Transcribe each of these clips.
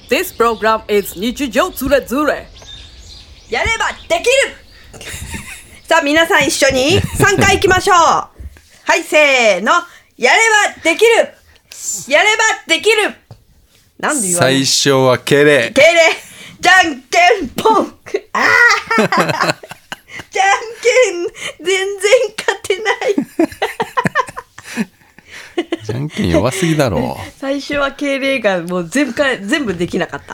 This program is 日常ズレズレ。 やればできるさあ皆さん一緒に3回いきましょう。はいせーの。やればできるやればできる。なんで言わない。 最初は敬礼。 敬礼。じゃんけんぽん。あーじゃんけん全然勝てないじゃんけん弱すぎだろう。 最初は敬礼がもう全部できなかった、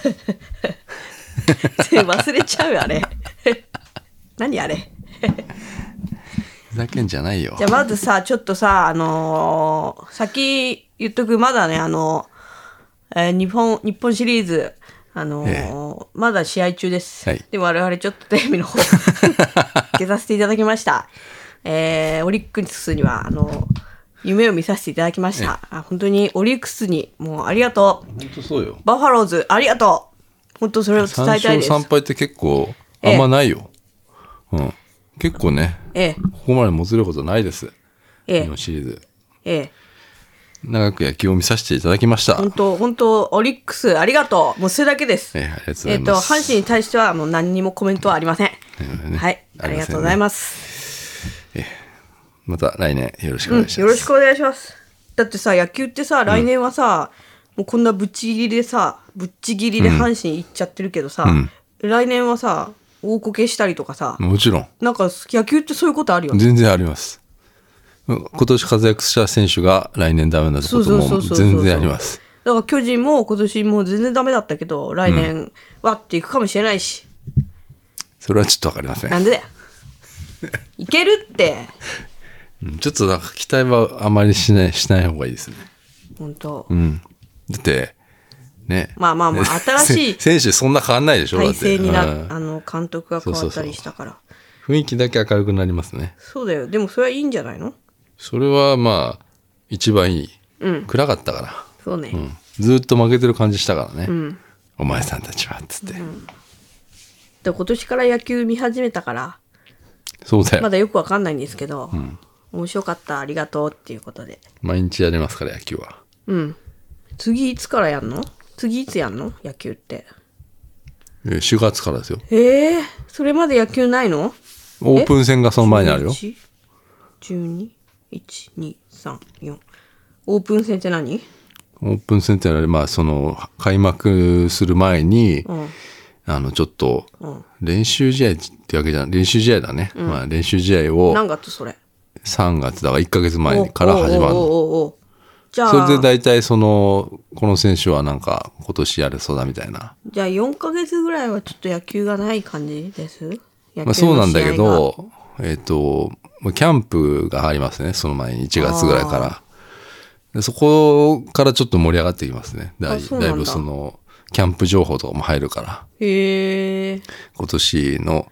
忘れちゃうあれ何あれふざけんじゃないよ。 じゃあまずさちょっとさ先言っとく。まだね日本シリーズまだ試合中です、 はい、 でも我々ちょっとテレビの方消させていただきました。オリックスには夢を見させていただきました。本当にオリックスにもうありがとう。 本当そうよ。 バファローズありがとう。本当それを伝えたいです。 3勝3敗って結構あんまないよ、結構ね、ここまでもつれることないです、日本シリーズ、長く野球を見させていただきました。 本当オリックスありがとう。もうそれだけです。 ありがとうございます。 阪神に対してはもう何にもコメントはありません、はい、ありがとうございます。 また来年よろしくお願いします、 よろしくお願いします。だってさ野球ってさ来年はさ、もうこんなぶっちぎりで阪神行っちゃってるけどさ、来年はさ大こけしたりとかさ、 もちろんなんか野球ってそういうことあるよね。 全然あります。今年活躍した選手が来年ダメになることも全然あります。 だから巨人も今年もう全然ダメだったけど来年はっていくかもしれないし、 それはちょっと分かりません。 なんでだよいけるってちょっとなんか期待はあまりしない方がいいですね。 本当。 だってね。 まあ新しい選手そんな変わんないでしょ。 体制に監督が変わったりしたから。 雰囲気だけ明るくなりますね。 そうだよ。でもそれはいいんじゃないの？ それはまあ一番いい。暗かったから。 そうね。 ずっと負けてる感じしたからね。お前さんたちはっつって。 で今年から野球見始めたから。 そうだよ。 まだよくわかんないんですけど。面白かったありがとうっていうことで毎日やりますから野球は。 次いつからやんの？次いつやんの野球って？ 4月からですよ。 それまで野球ないの？ オープン戦がその前にあるよ。 12?1,2,3,4 オープン戦って何？ オープン戦ってのはまあその開幕する前に、ちょっと練習試合ってわけじゃん。練習試合だね、まあ、練習試合を何月それ 3月だから1ヶ月前から始まるの。 じゃあそれで大体この選手はなんか今年やれそうだみたいな。 じゃあ4ヶ月ぐらいはちょっと野球がない感じです？ まあそうなんだけどキャンプが入りますね。その前に1月ぐらいからでそこからちょっと盛り上がってきますね。だいぶキャンプ情報とかも入るから。今年の、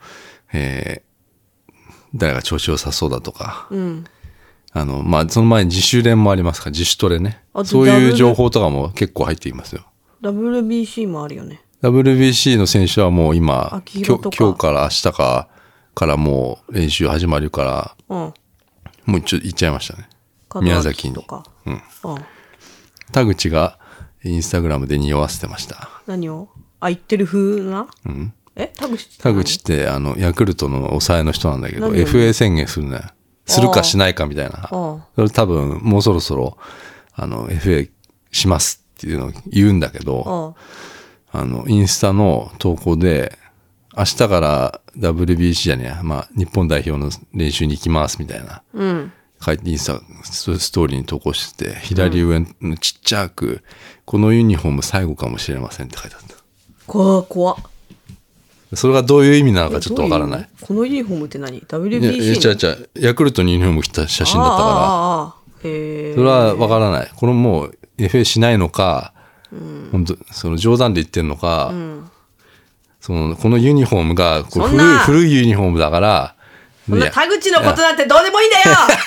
誰が調子良さそうだとか、まあその前に自主練もありますから、自主トレね。そういう情報とかも結構入ってきますよ。 WBC もあるよね。 WBC の選手はもう今日から明日からもう練習始まるから、もう行っちゃいましたね。宮崎に。田口がインスタグラムで匂わせてました。 何を？言ってる風な？田口ってヤクルトの抑えの人なんだけど FA 宣言するね。するかしないかみたいな。それ多分もうそろそろFA しますっていうのを言うんだけど、インスタの投稿で明日から WBC じゃねえ、まあ日本代表の練習に行きますみたいな。書いてインスタストーリーに投稿してて、左上のちっちゃく、このユニフォーム最後かもしれませんって書いてあった。 怖っ。 それがどういう意味なのかちょっとわからない。 このユニフォームって何？ WBC の？ヤクルトにユニフォーム着た写真だったから、それはわからない。これもう FA しないのか、本当その冗談で言ってんのか、このユニフォームが古いユニフォームだから、 そんな田口のことなんてどうでもいいんだよ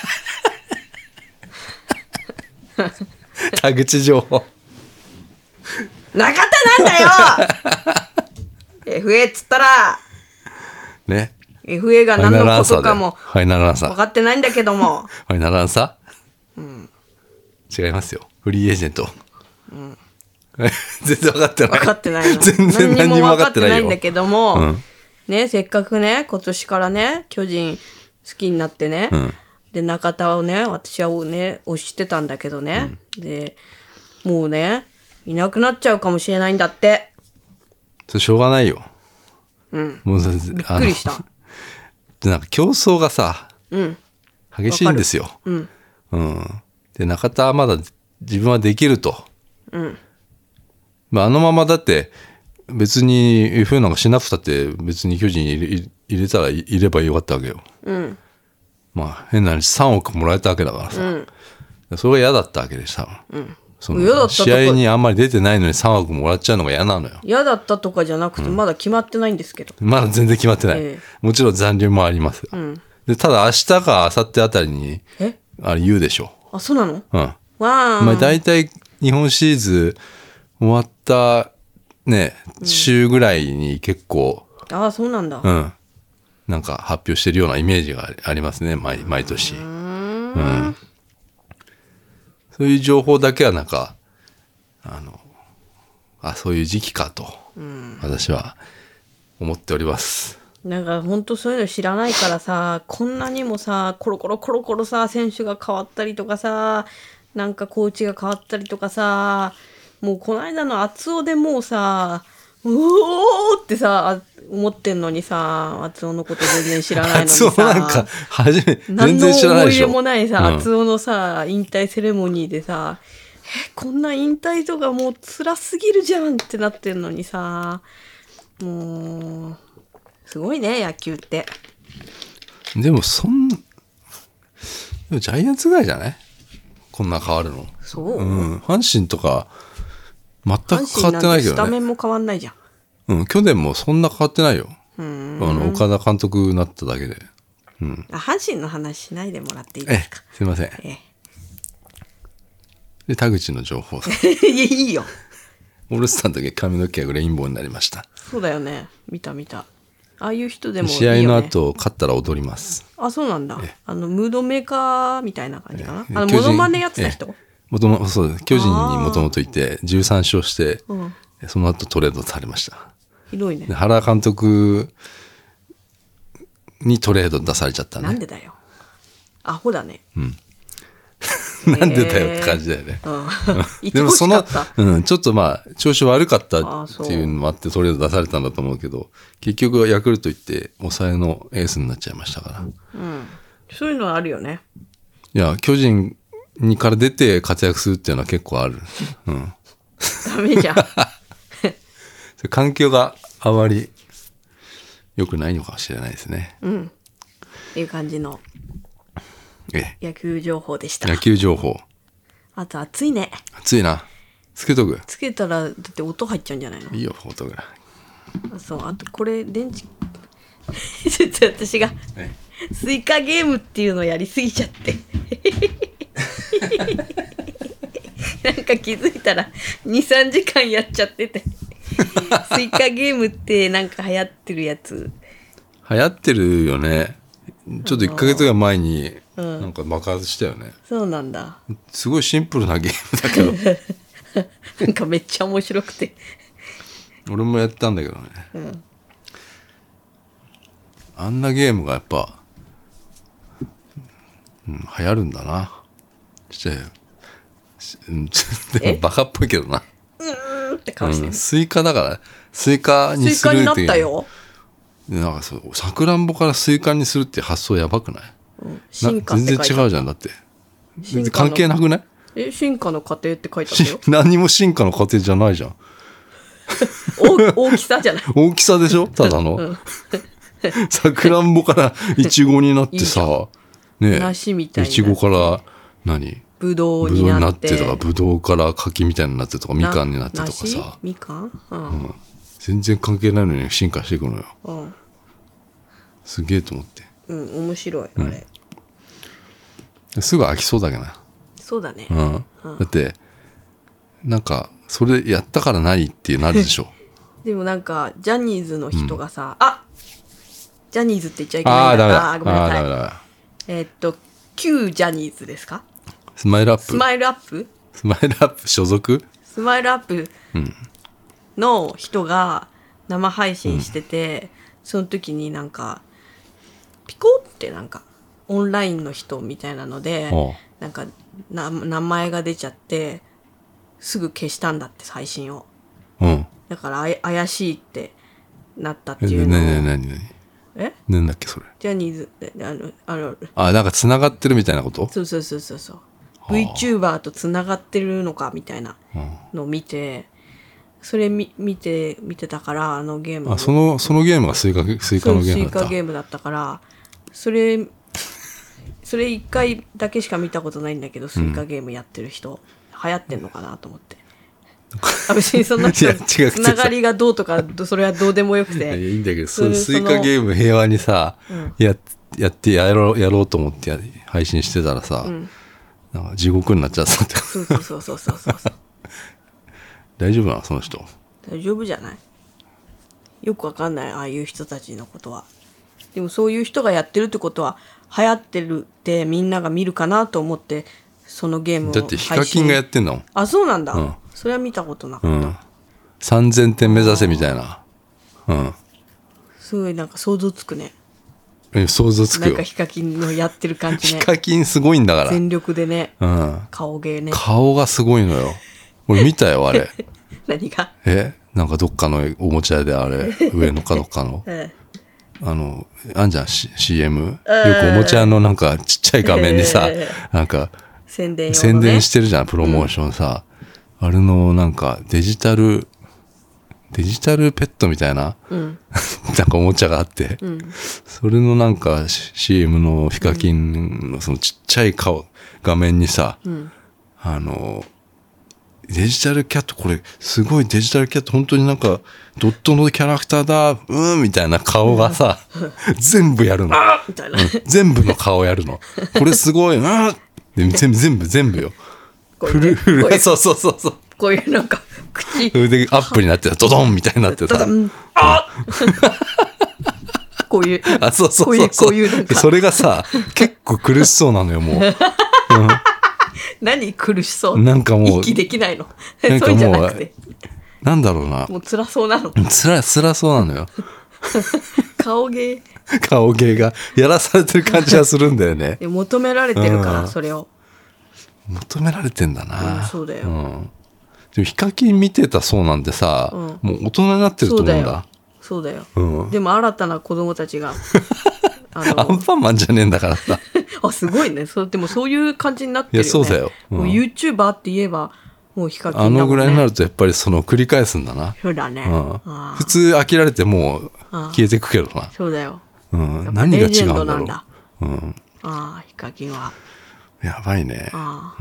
田口情報なかったなんだよFA っつったらね FA が何のことかもファイナルアンサー分かってないんだけどもファイナルアンサー、違いますよ。フリーエージェント、 全然分かってない。 分かってないの。 全然何にも分かってないよ。 何にも分かってないんだけども、 うんね、せっかくね、今年からね、巨人好きになってね、 うんで、中田をね、私はね、推してたんだけどね、で、もうね、いなくなっちゃうかもしれないんだって。 それしょうがないよ。 うん。 もうびっくりした。 なんか競争がさ、 うん。 激しいんですよ。 うん。 うん。で、中田はまだ自分はできると。 うん。 まあ、あのままだって別に FA なんかしなくたって別に巨人に入れたらいればよかったわけよ。 うん。 まあ変な話3億もらえたわけだからさ。それが嫌だったわけでさ。その試合にあんまり出てないのに3億もらっちゃうのが嫌なのよ。 嫌だったとかじゃなくて、まだ決まってないんですけど。 まだ全然決まってない。もちろん残留もあります。でただ明日か明後日あたりにあれ言うでしょ。 あ、そうなの？ うん。 わまあ大体日本シリーズ終わったね、週ぐらいに結構、 ああ、そうなんだ。 うん。なんか発表してるようなイメージがありますね、毎年。うん。そういう情報だけはなんか、そういう時期かと、私は思っております。 なんか本当そういうの知らないからさ、こんなにもさ、コロコロさ、選手が変わったりとかさ、なんかコーチが変わったりとかさ、もうこの間の厚尾でもうさ、うおーってさ、思ってんのにさ、厚尾のこと全然知らないのにさ、 厚尾なんか全然知らないでしょ。 何の思い出もないさ、厚尾のさ、引退セレモニーでさ、こんな引退とかもう辛すぎるじゃんってなってんのにさ、もう、すごいね、野球って。 でもでもジャイアンツぐらいじゃない？こんな変わるの。 そう。 阪神とか全く変わってないけどね。 スタメンも変わんないじゃん。 うん、去年もそんな変わってないよ。岡田監督になっただけで。うん。 阪神の話しないでもらっていいですか？ すいません。で、田口の情報。 いや、いいよ。 オールスターの時髪の毛がレインボーになりました。 そうだよね。見た。ああいう人でもいいよね。 試合の後、勝ったら踊ります。 あ、そうなんだ。ムードメーカーみたいな感じかな。モノマネやってた人？ そうです。巨人にもともといて、13勝して、その後トレードされました。 ひどいね。 原監督にトレード出されちゃったね。 なんでだよ。アホだね。 なんでだよって感じだよね。 でもちょっとまあ調子悪かったっていうのもあってトレード出されたんだと思うけど、結局はヤクルト行って抑えのエースになっちゃいましたから。 そういうのはあるよね。 いや、巨人にから出て活躍するっていうのは結構ある。 ダメじゃん。 環境があまり良くないのかもしれないですね。 っていう感じの野球情報でした。 野球情報。 あと暑いね。 暑いな。つけとく。 つけたらだって音入っちゃうんじゃないの？いいよ、音ぐらい。 そう、あとこれ電池ちょっと私がスイカゲームっていうのをやりすぎちゃってなんか気づいたら 2,3 時間やっちゃっててスイカゲームってなんか流行ってるやつ。 流行ってるよね。ちょっと1ヶ月ぐらい前になんか爆発したよね。 そうなんだ。 すごいシンプルなゲームだけどなんかめっちゃ面白くて俺もやったんだけどね、あんなゲームがやっぱ、流行るんだな。でもバカっぽいけどな。 って顔してる、 スイカだからスイカにするっていう。 スイカになったよ。 なんかそう、さくらんぼからスイカにするって発想やばくない？ 進化って書いてある。 全然違うじゃんだって。全然関係なくない？ 進化の過程って書いてあったよ。 何も進化の過程じゃないじゃん。 大きさじゃない。 大きさでしょただの。さくらんぼからイチゴになってさ、ね、 梨みたいな。 イチゴから何？ ぶどうになってとか、ぶどうから柿みたいになってとか、みかんになってとかさ。 みかん？ 全然関係ないのに進化していくのよ。すげえと思って。 面白いあれ。 すぐ飽きそうだけどな。 そうだね。 だってなんかそれやったから何ってなるでしょ。 でもなんかジャニーズの人がさ、ジャニーズって言っちゃいけないんだ。ごめんなさい。旧ジャニーズですか？ スマイルアップ。 スマイルアップ？ スマイルアップ所属？ スマイルアップの人が生配信してて、その時になんかピコってなんかオンラインの人みたいなのでなんか名前が出ちゃってすぐ消したんだって配信を。だから怪しいってなったっていうのを。 何なんだっけそれ。 ジャニーズなんか繋がってるみたいなこと？ そう。VTuber と繋がってるのかみたいなのを見て、それ見てたからゲーム。 そのゲームがスイカのゲームだった。 スイカゲームだったから、それ一回だけしか見たことないんだけど、スイカゲームやってる人、流行ってんのかなと思って。別にそんなつながりがどうとかそれはどうでもよくて。 いいんだけど、スイカゲーム平和にさ、やろうと思って配信してたらさ、なんか地獄になっちゃったって。 そう。 大丈夫なのその人？ 大丈夫じゃない？よくわかんない、ああいう人たちのことは。でもそういう人がやってるってことは流行ってるってみんなが見るかなと思ってそのゲームをだってヒカキンがやってんの。 あ、そうなんだ。それは見たことなかった。 3000点目指せみたいな。 すごいなんか想像つくね。 想像つくよ。 なんかヒカキンのやってる感じね。 ヒカキンすごいんだから。 全力でね。顔芸ね。 顔がすごいのよ。俺見たよあれ。 何が？ なんかどっかのおもちゃ屋であれ上野かどっかの。あんじゃん、CM。よくおもちゃのなんかちっちゃい画面にさ、なんか宣伝してるじゃん、プロモーションさ。あれのなんかデジタルペットみたいな、なんかおもちゃがあって、それのなんか CM のヒカキンのそのちっちゃい画面にさ、デジタルキャット、これすごいデジタルキャット、本当になんかドットのキャラクターだみたいな顔がさ、全部やるの。 みたいな、 全部の顔やるの。これすごいで全部よ。そうこういうなんか口でアップになってた、ドドンみたいになってた。 こういうそうこういうなんかそれがさ結構苦しそうなのよもう。 何苦しそう？ なんかもう息できないの？そういうんじゃなくて。 なんだろうな。 もう辛そうなの。 辛そうなのよ。 顔芸がやらされてる感じはするんだよね。 求められてるからそれを。 求められてんだな。 そうだよ。 でもヒカキン見てたそうなんてさ、もう大人になってると思うんだ。 そうだよ。でも新たな子供たちがアンパンマンじゃねえんだからさ。 すごいね。でもそういう感じになってるよね。 いやそうだよ。 もう YouTuber って言えばもうヒカキンだもんね。 ぐらいになるとやっぱりその繰り返すんだな。 そうだね。 普通飽きられてもう消えていくけどな。 そうだよ。 何が違うんだろう。 ヒカキンは。 やばいね。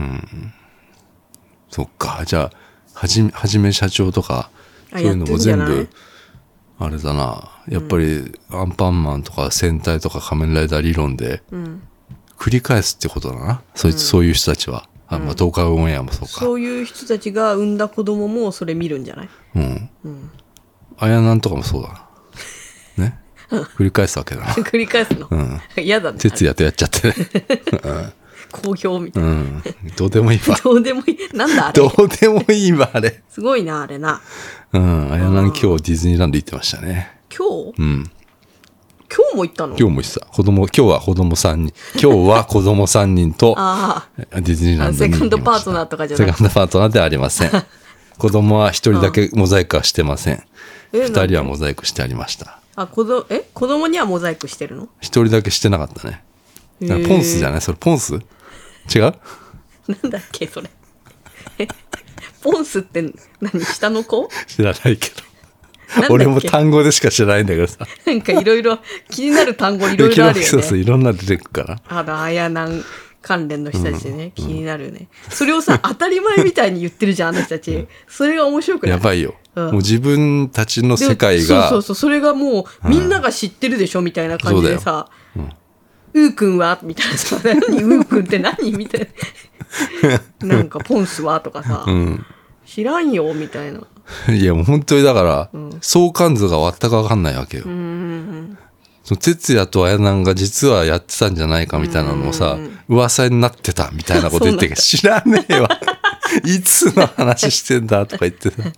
そっか。じゃあはじめ社長とかそういうのも全部あれだな。やっぱりアンパンマンとか戦隊とか仮面ライダー理論で繰り返すってことだな。そういう人たちは。東海オンエアもそうか。 そういう人たちが産んだ子供もそれ見るんじゃない？ あやなんとかもそうだな。ね。繰り返すわけだな。 繰り返すの。嫌だね。 徹夜とやっちゃってね。 好評みたいな。 どうでもいいわ。 どうでもいい。なんだあれ。 どうでもいいわあれ。 すごいなあれな。 あやなん今日ディズニーランド行ってましたね。 今日？今日も行ったの？ 今日も行ってた。今日は子供3人。今日は子供3人とディズニーランドに行きました。 セカンドパートナーとかじゃない。 セカンドパートナーではありません。子供は1人だけモザイクはしてません。2人はモザイクしてありました。 子供にはモザイクしてるの？ 1人だけしてなかったね。ポンスじゃない？それポンス？違う？ なんだっけそれ。ポンスって何？下の子？ 知らないけど。俺も単語でしか知らないんだけどさ。 なんかいろいろ気になる単語いろいろあるよね。 そういろんな出てくから。 あやなん関連の人たちね、気になるね。それをさ当たり前みたいに言ってるじゃんあの人たち。それが面白くない？ やばいよ。もう自分たちの世界がそうそれがもうみんなが知ってるでしょみたいな感じでさ。うーくんはみたいなさ、何うーくんって何みたいな。なんかポンスはとかさ、知らんよみたいな。 いやもう本当にだから、相関図が全く分かんないわけよ。その哲也と綾菜が実はやってたんじゃないかみたいなのもさ、噂になってたみたいなこと言ってるけど知らねえわ。 いつの話してんだとか言ってさ、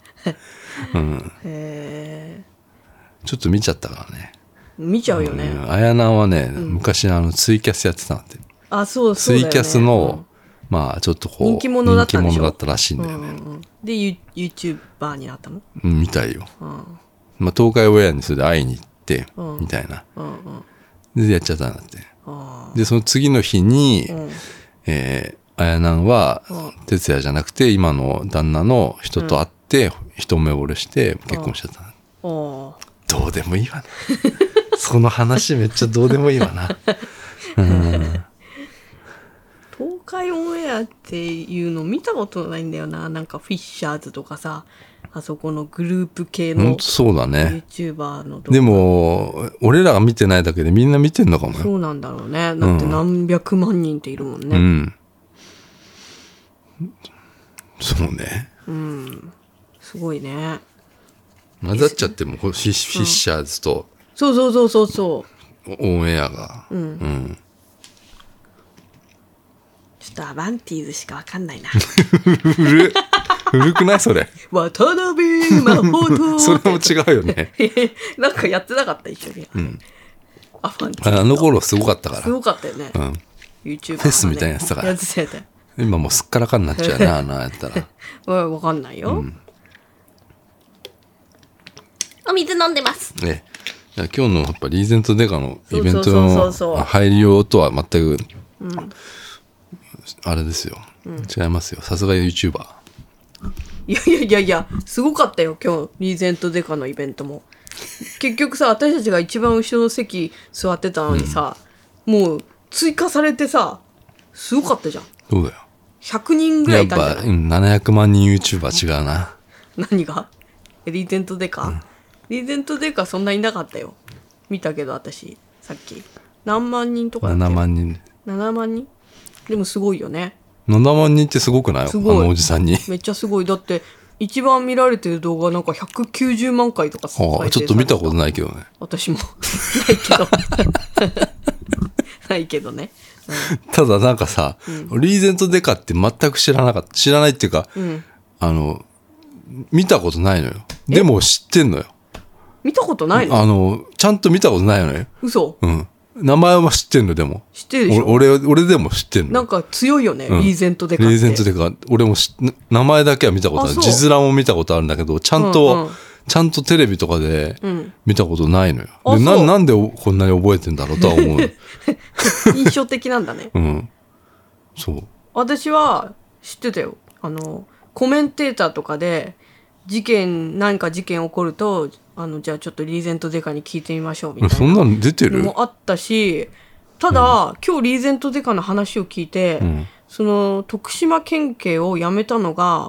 ちょっと見ちゃったからね。 見ちゃうよね。 あやなんはね、昔ツイキャスやってたんで。 あ、そうツイキャスの、まあちょっとこう人気者だったんでしょ。 人気者だったらしいんだよね。 で、YouTuber になったの？ みたいよ。まあ東海オンエアにそれで会いに行って、みたいな。で、やっちゃったんだって。で、その次の日に、あやなんは、哲也じゃなくて、今の旦那の人と会って、一目惚れして結婚しちゃった。どうでもいいわな。その話めっちゃどうでもいいわな。 東海オンエアっていうの見たことないんだよな。なんかフィッシャーズとかさ、あそこのグループ系のそうだね。 YouTuber の動画。 でも、俺らが見てないだけでみんな見てんのかもよ。 そうなんだろうね。だって何百万人っているもんね。 そうね。 すごいね。 混ざっちゃっても、フィッシャーズと、 そうオンエアが。 ちょっとアバンティーズしかわかんないな。 古くないそれ。 渡辺魔法と。 それも違うよね。 なんかやってなかった一緒に。アバンティーズ。 あの頃すごかったから。 すごかったよね。YouTube フェスみたいなやつだから。 やってたよね。 今もうすっからかになっちゃうな、やったら。 わかんないよ。お水飲んでます。 今日のやっぱリーゼントデカのイベントの入りようとは全く、あれですよ。違いますよ。さすが YouTuber。 いや、すごかったよ、今日、リーゼントデカのイベントも。結局さ、私たちが一番後ろの席座ってたのにさ、もう追加されてさ、すごかったじゃん。 そうだよ。 100人ぐらいいたんじゃない？ やっぱ、700万人 YouTuber 違うな。 何が？リーゼントデカ？リーゼントデカそんないなかったよ。見たけど私、さっき。何万人とかだっけ？ 7万人。 7万人？でもすごいよね。 7万人ってすごくない？ すごい。 あのおじさんに。 めっちゃすごい。だって一番見られてる動画なんか190万回とかちょっと見たことないけどね。 私もないけどないけどね、 ただなんかさ、リーゼントデカって全く知らないっていうか、見たことないのよ。でも知ってんのよ。 見たことないの？ ちゃんと見たことないのよ。 嘘？ 名前は知ってんの。でも知ってるでしょ。 俺でも知ってんの。 なんか強いよね、リーゼントデカって。 リーゼントデカ、俺も名前だけは見たことある。字面も見たことあるんだけど、ちゃんとテレビとかで見たことないのよ。でなんでこんなに覚えてんだろうとは思う。 印象的なんだね。 そう。 私は知ってたよ。コメンテーターとかで何か事件起こると、じゃあちょっとリーゼントデカに聞いてみましょうみたいな。 そんなの出てる？ もあったし、ただ、今日リーゼントデカの話を聞いて、その徳島県警を辞めたのが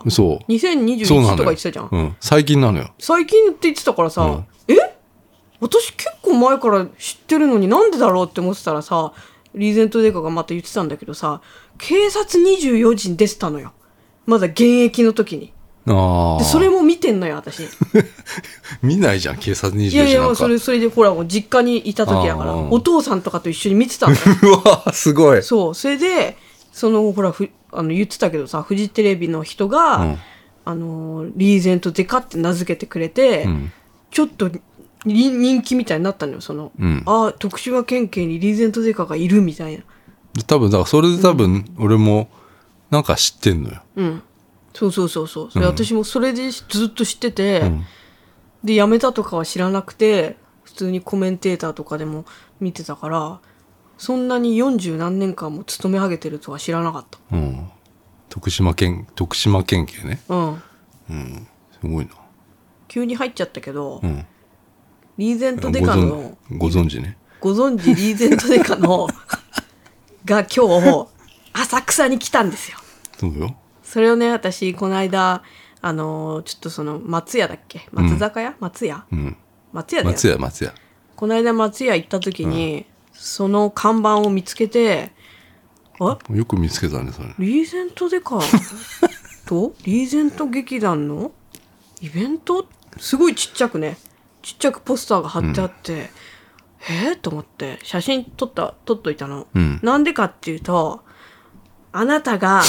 2021とか言ってたじゃん。 最近なのよ。 最近って言ってたからさ、私結構前から知ってるのになんでだろうって思ってたらさ、リーゼントデカがまた言ってたんだけどさ、警察24時に出てたのよ。まだ現役の時に。でそれも見てんのよ私。 見ないじゃん警察24時なんか。いやもうそれでほらもう実家にいた時だからお父さんとかと一緒に見てたのよ。 うわすごい。 そうそれでほら言ってたけどさ、フジテレビの人が、リーゼントデカって名付けてくれて、ちょっと人気みたいになったのよ。徳島県警にリーゼントデカがいるみたいな。 多分だからそれで俺もなんか知ってんのよ。 そうそれ、私もそれでずっと知ってて、で辞めたとかは知らなくて、普通にコメンテーターとかでも見てたから、そんなに40何年間も勤め上げてるとは知らなかった。徳島県警ね。 すごいな。 急に入っちゃったけど、リーゼントデカのご存知ね。 ご存知リーゼントデカのが今日浅草に来たんですよ。 そうよ。 それをね、私この間ちょっと松屋だっけ、松坂屋、松屋、松屋だよ。 松屋。 この間松屋行った時に、その看板を見つけて、 よく見つけたねそれ。 リーゼントデカとリーゼント劇団のイベント、すごいちっちゃくポスターが貼ってあって、と思って写真撮っといたの。なんでかっていうと、あなたが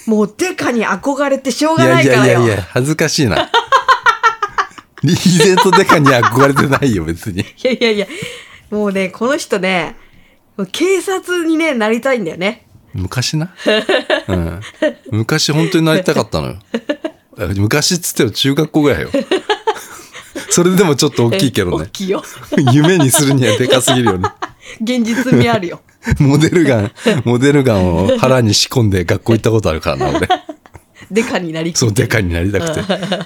もうデカに憧れてしょうがないからよ。 いや、恥ずかしいな。リーゼントデカに憧れてないよ、別に。 いや、もうね、この人ね、警察にね、なりたいんだよね。 昔な。うん。昔本当になりたかったのよ。昔っつっても中学校ぐらいよ。それでもちょっと大きいけどね。 大きいよ。 夢にするにはでかすぎるよね。 現実味あるよ。 モデルガンを腹に仕込んで学校行ったことあるからな、俺。 デカになりきって。 そう、デカになりたくて。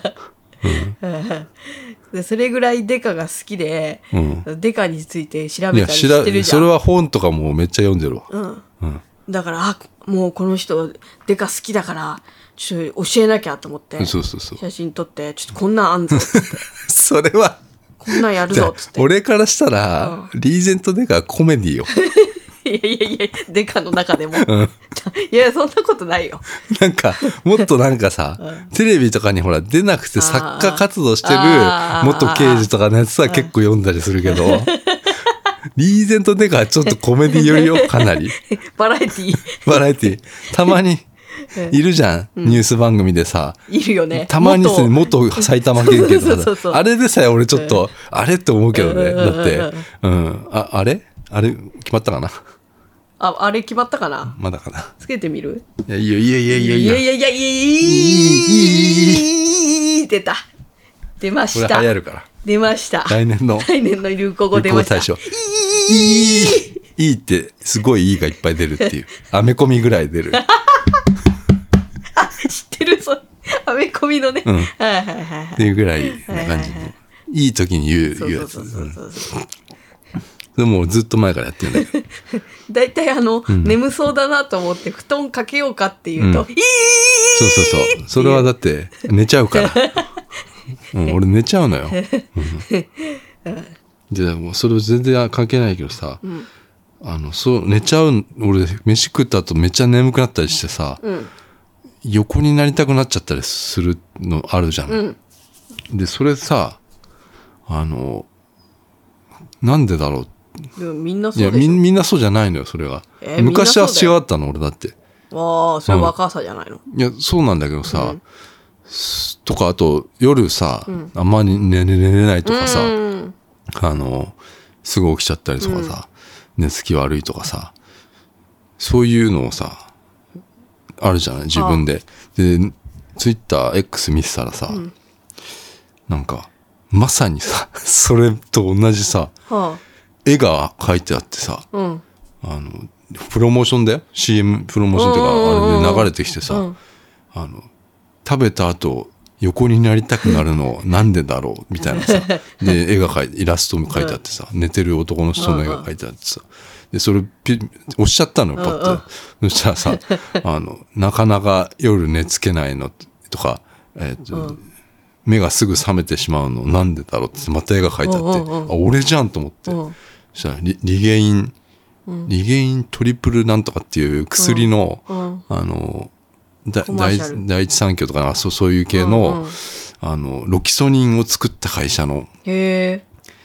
でそれぐらいデカが好きで、デカについて調いや、 べたりしてるじゃん。 それは本とかもめっちゃ読んでるわ。 だからもうこの人デカ好きだからちょっと教えなきゃと思ってそう写真撮ってちょっとこんなんあんぞっつってそれはこんなんやるぞっつって俺からしたら、リーゼントデカはコメディよ。 いやデカの中でも、いやそんなことないよ。 なんかもっとなんかさ、テレビとかにほら出なくて作家活動してる元刑事とかのやつは結構読んだりするけど、リーゼントデカはちょっとコメディ寄りよ、かなり。 バラエティー。たまにいるじゃん、ニュース番組でさ。 いるよね。 たまに元埼玉県警とかさ。あれでさえ俺ちょっと、あれって思うけどね。だって、あれ決まったかな。 あれ決まったかな。 まだかな。 つけてみる？ いや、いや。 出た。出ました。 これ流行るから。 出ました。 来年の流行語出ました。 最初。いいってすごいいいがいっぱい出るっていう。アメコミぐらい出る。 知ってるアメコミのね。 はい。っていうぐらいな感じの。いい時に言うやつ。でもずっと前からやってるんだけど。 だいたい眠そうだなと思って布団かけようかっていうと、 そう。それはだって寝ちゃうから。俺寝ちゃうのよ。でもそれ全然関係ないけどさ、そう寝ちゃう。俺飯食った後めっちゃ眠くなったりしてさ、横になりたくなっちゃったりするのあるじゃん。でそれさ、なんでだろう。 でもみんなそうでしょ。 いやみんなそうじゃないのよ、それが。昔は違ったの俺だって。 ああ、それ若さじゃないの。 いやそうなんだけどさ、とかあと夜さ、あんまり寝れないとかさ、すぐ起きちゃったりとかさ、寝つき悪いとかさ、そういうのをさあるじゃない、自分で。でツイッター X 見てたらさ、なんかまさにさそれと同じさ、絵が描いてあってさ、プロモーションだよ、 CM プロモーションっていうか、あれで流れてきてさ、食べた後横になりたくなるのなんでだろうみたいなさ、で絵がイラストも描いてあってさ、寝てる男の人の絵が描いてあってさ、でそれ押しちゃったのよ、パッと。そしたらさなかなか夜寝つけないのとか、目がすぐ覚めてしまうのなんでだろうってまた絵が描いてあって、あ俺じゃんと思って、そしたらリゲイントリプルなんとかっていう薬の、第一三共とかそういう系の、ロキソニンを作った会社の栄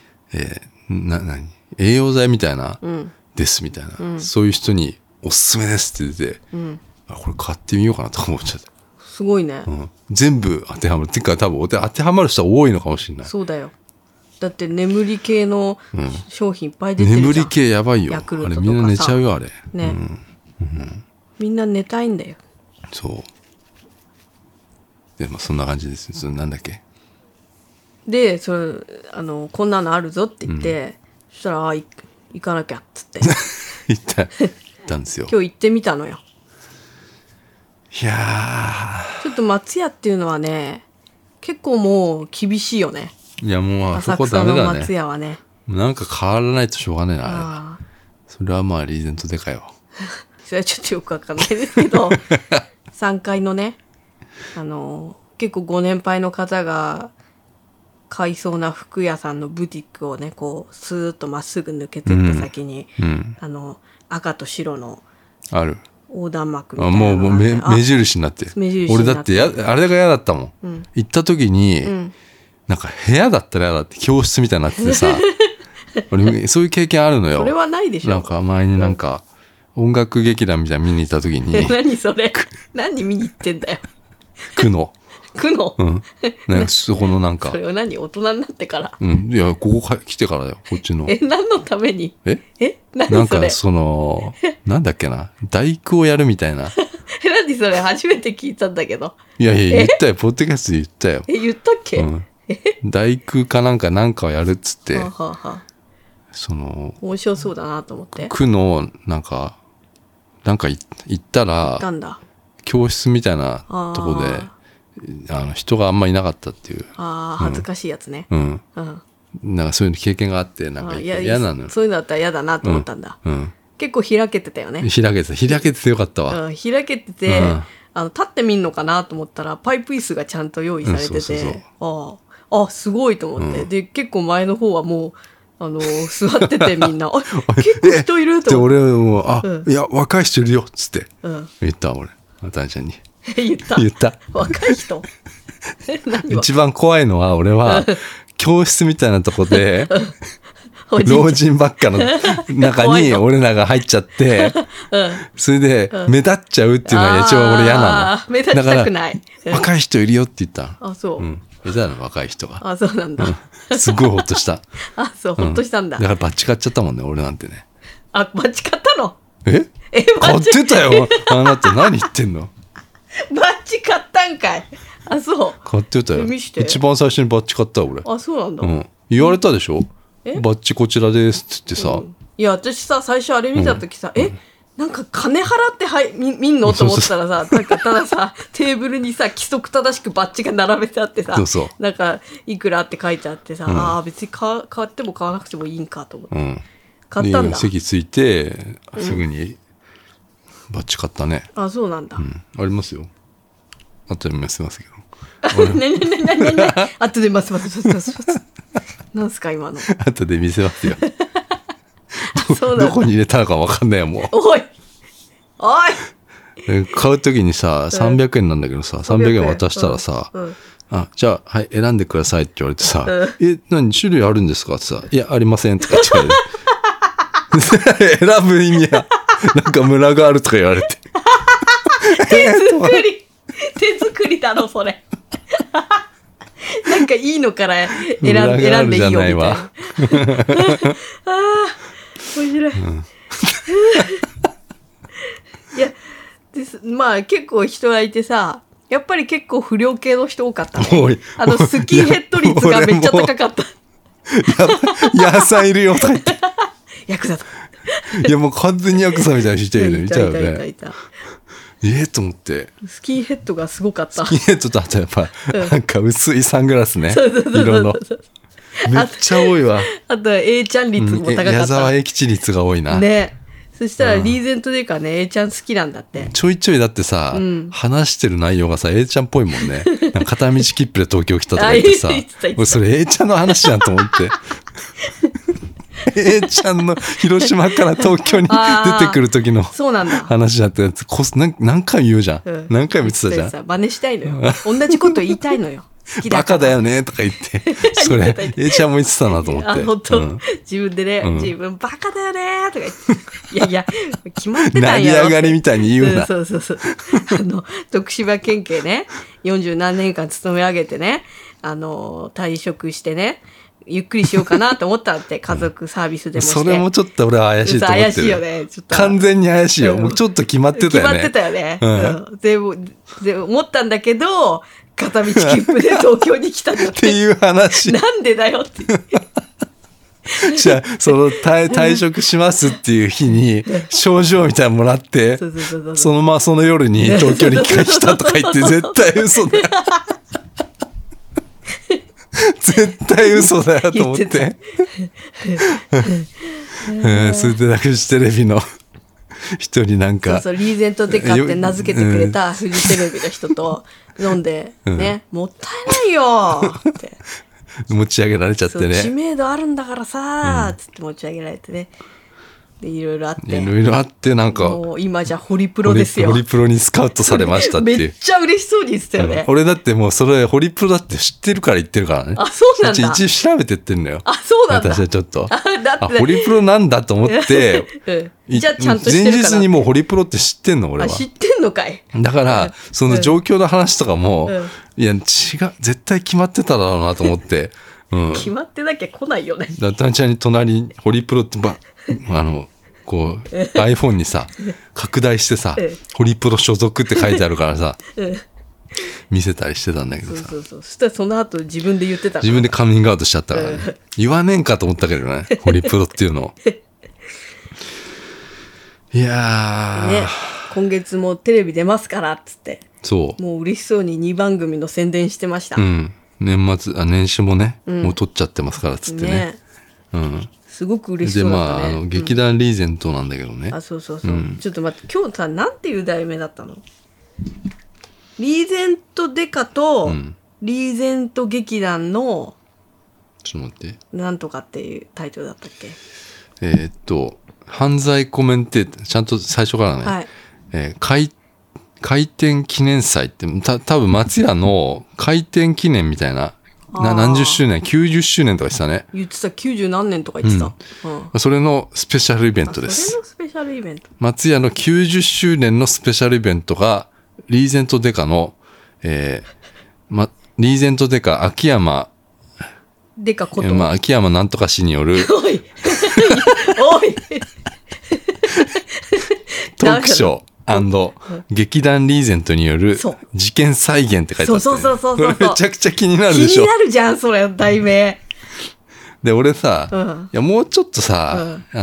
養剤みたいな、ですみたいな、そういう人におすすめですって出て、これ買ってみようかなと思っちゃった。 すごいね、 全部当てはまるっていうか、多分当てはまる人は多いのかもしれない。 そうだよ。だって眠り系の商品いっぱい出てるじゃん。 眠り系やばいよ。 ヤクルトとかさ、 あれみんな寝ちゃうよあれね、みんな寝たいんだよ。 そうで、そんな感じです。それなんだっけ。 でそれこんなのあるぞって言って、そしたら行かなきゃっつって行ったんですよ。 今日行ってみたのよ。 いやちょっと松屋っていうのはね、結構もう厳しいよね。 いやもうあそ浅こダ草のメだね。 松屋はね。 なんか変わらないとしょうがねえな、あれは。それはまあリーゼントでかいわ。 それはちょっとよくわかんないですけど3階のね、結構ご年配の方が買いそうな服屋さんのブティックをね、こうスーッとまっすぐ抜けてった先に、赤と白のある横断幕みたいなのもう目印になってる。俺だってあれが嫌だったもん、行った時に、なんか部屋だったら嫌だって、教室みたいになっててさ俺そういう経験あるのよ。 それはないでしょ。 なんか前になんか音楽劇団みたいなの見に行った時に何それ何見に行ってんだよ。 区の区の、 ね、そこのなんかそれは何大人になってから。 いやここ来てからだよこっちの。 何のために？何それ？ なんかそのなんだっけな大工をやるみたいな。 何それ初めて聞いたんだけど。 いや言ったよポッドキャストで言ったよ。 言ったっけ？ 大工かなんかをやるっつって。その面白そうだなと思って。 区のなんか行ったら教室みたいなとこで人があんまいなかったっていう。 恥ずかしいやつね。 なんかそういう経験があってなんか嫌なのよ。 そういうのだったら嫌だなと思ったんだ。結構開けてたよね。 開けててよかったわ。 開けてて、立ってみんのかなと思ったらパイプ椅子がちゃんと用意されてて、すごいと思って、で結構前の方はもう座っててみんな結構人いると思って。 で俺もいや若い人いるよっつって言った俺タンちゃんに。 言った若い人一番怖いのは俺は教室みたいなとこで老人ばっかの中に俺らが入っちゃってそれで目立っちゃうっていうのが一番俺嫌なの。 目立ちたくない。 若い人いるよって言った。 そういたの若い人が。 そうなんだ。 すごいほっとした。 そうほっとしたんだ。 だからバッチ買っちゃったもんね俺なんてね。 バッチ買ったの？ 買ってたよ。あなた何言ってんの？ バッチ買ったんかい。そう買ってたよ。一番最初にバッチ買った俺。 そうなんだ。 言われたでしょ？バッチこちらですって言ってさ。 いや私さ最初あれ見た時さなんか金払って見んのと思ったらさなんかたださテーブルにさ規則正しくバッジが並べてあってさなんかいくらって書いてあってさ、別に買っても買わなくてもいいんかと思って、買ったんだ。席ついてすぐにバッジ買ったね。 そうなんだ。 ありますよ。後で見せますけど。 後で見せます。なんすか今の。 後で見せますよ。どこに入れたのか分かんないよもう。 おい買う時にさ300円なんだけどさ300円渡したらさじゃあはい選んでくださいって言われてさ何種類あるんですかってさいやありませんとかって言われて選ぶ意味はなんかムラがあるとか言われて手作りだろそれ。なんかいいのから選んでいいよみたいな。面白い。いやまあ結構人がいてさやっぱり結構不良系の人多かったね。スキンヘッド率がめっちゃ高かった。 ヤさんいるよとか言って。 ヤクザとか。 いやもう完全にヤクザみたいな人いるのいたよね。と思って。 スキンヘッドがすごかった。 スキンヘッドとあとやっぱなんか薄いサングラスね。色の。めっちゃ多いわ。 あと A ちゃん率も高かった。 矢沢永吉率が多いな。 ね。そしたらリーゼントでかね A ちゃん好きなんだって。 ちょいちょいだってさ、話してる内容がさ A ちゃんっぽいもんね。片道切符で東京来たとか言ってさ、俺それ A ちゃんの話じゃんと思って。A ちゃんの広島から東京に出てくる時の話だったやつ何回言うじゃん。何回も言ってたじゃん。 真似したいのよ。同じこと言いたいのよ。 バカだよねとか言ってそれ A ちゃんも言ってたなと思って。 本当、自分でね、自分バカだよねとか言っていや決まってたんやろ。 成り上がりみたいに言うな。 そう徳島県警ね40何年間勤め上げてね退職してねゆっくりしようかなと思ったって家族サービスでもして。 それもちょっと俺は怪しいと思ってる。 怪しいよね。ちょっと完全に怪しいよ。もうちょっと決まってたよね。 決まってたよね。で思ったんだけど片道切符で東京に来たんだっていう話。 なんでだよって。 じゃあその退職しますっていう日に症状みたいなのもらってその夜に東京に来たとか言って絶対嘘だよ。絶対嘘だよと思って。それでなくしテレビの人になんかリーゼントデカって名付けてくれたフジテレビの人と飲んでね、もったいないよって持ち上げられちゃってね。 知名度あるんだからさつって持ち上げられてね。 でいろいろあっていろいろあってなんかもう今じゃホリプロですよ。 ホリプロにスカウトされましたっていうめっちゃ嬉しそうに言ってたよね。 俺だってもうそれホリプロだって知ってるから言ってるからね。 あ、そうなんだ。 一応調べてってんのよ。 あ、そうなんだ。 私はちょっとだってホリプロなんだと思ってじゃあちゃんとしてるから。 前日にもうホリプロって知ってんの俺は。 知ってんのかい。 だからその状況の話とかも、いや違う絶対決まってただろうなと思って、 決まってなきゃ来ないよね。 だたんちゃんに隣にホリプロってこう iPhone にさ拡大してさホリプロ所属って書いてあるからさ見せたりしてたんだけどさ、 そうそしたらその後自分で言ってたから自分でカミングアウトしちゃったからね、言わねえんかと思ったけどねホリプロっていうのをいやー、 ね、今月もテレビ出ますからっつってそうもう嬉しそうに2番組の宣伝してました。 年始もね、もう撮っちゃってますからっつってね。 すごく嬉しそうだったね。 で劇団リーゼントなんだけどね。 あ、そうそうそう、ちょっと待って今日さなんていう題名だったの？リーゼントデカと、リーゼント劇団のちょっと待ってなんとかっていうタイトルだったっけ？ 犯罪コメンテーターちゃんと最初からね、はい、開店記念祭って多分松屋の開店記念みたいな何十周年90周年とか言ってたね。 言ってた90何年とか言ってた、 それのスペシャルイベントです。 それのスペシャルイベント、 松屋の90周年のスペシャルイベントがリーゼントデカの、リーゼントデカ秋山デカこと、 秋山なんとか氏によるおいおいトークショー劇団リーゼントによる事件再現って書いてあって、 そうこれめちゃくちゃ気になるでしょ。 気になるじゃんそれ題名で俺さ、いやもうちょっとさ、い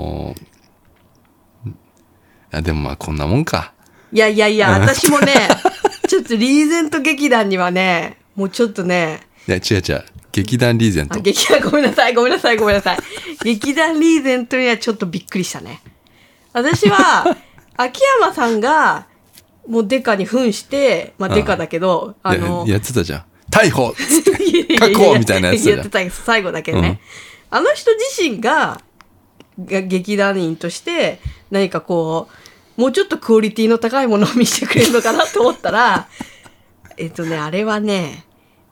やでもまあこんなもんか。 いや私もねちょっとリーゼント劇団にはねもうちょっとね、 いや違う劇団リーゼントごめんなさい劇団リーゼントにはちょっとびっくりしたね。私は秋山さんがもうデカに扮してデカだけどやってたじゃん逮捕確保みたいなやつじゃん。 やってた最後だけね、あの人自身が劇団員として何かこうもうちょっとクオリティの高いものを見せてくれるのかなと思ったらあれはね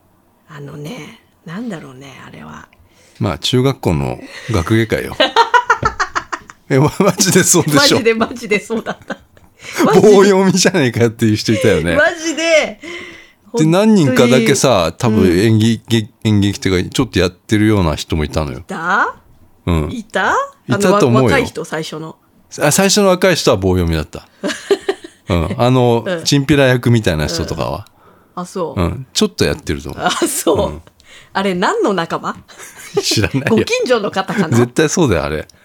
なんだろうねあれはまあ中学校の学芸会よマジでそうでしょ。 マジでそうだった棒読みじゃねえかっていう人いたよね。 マジで何人かだけさ多分演劇っていうかちょっとやってるような人もいたのよ。 いたと思うよ。若い人最初の若い人は棒読みだったチンピラ役みたいな人とかは、 あそう、 ちょっとやってると思う。 あそう、あれ何の仲間知らないよ。 ご近所の方かな。 絶対そうだよあれ。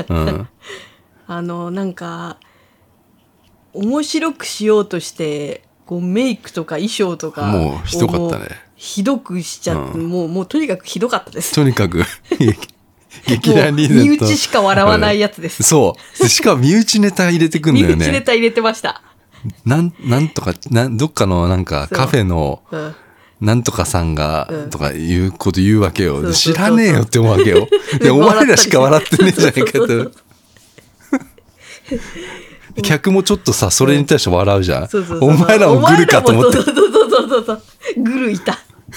なんか面白くしようとしてこうメイクとか衣装とかもうひどかったね。 ひどくしちゃって、もうとにかくひどかったです。 とにかく劇団リーゼント身内しか笑わないやつです。 そうしかも身内ネタ入れてくんだよね。 身内ネタ入れてました。 なんとかどっかのなんかカフェのなんとかさんがとかいうこと言うわけよ。知らねえよって思うわけよ。でお前らしか笑ってねえじゃねえかって。客もちょっとさそれに対して笑うじゃん。お前らもグルかと思って。 そうグルいた。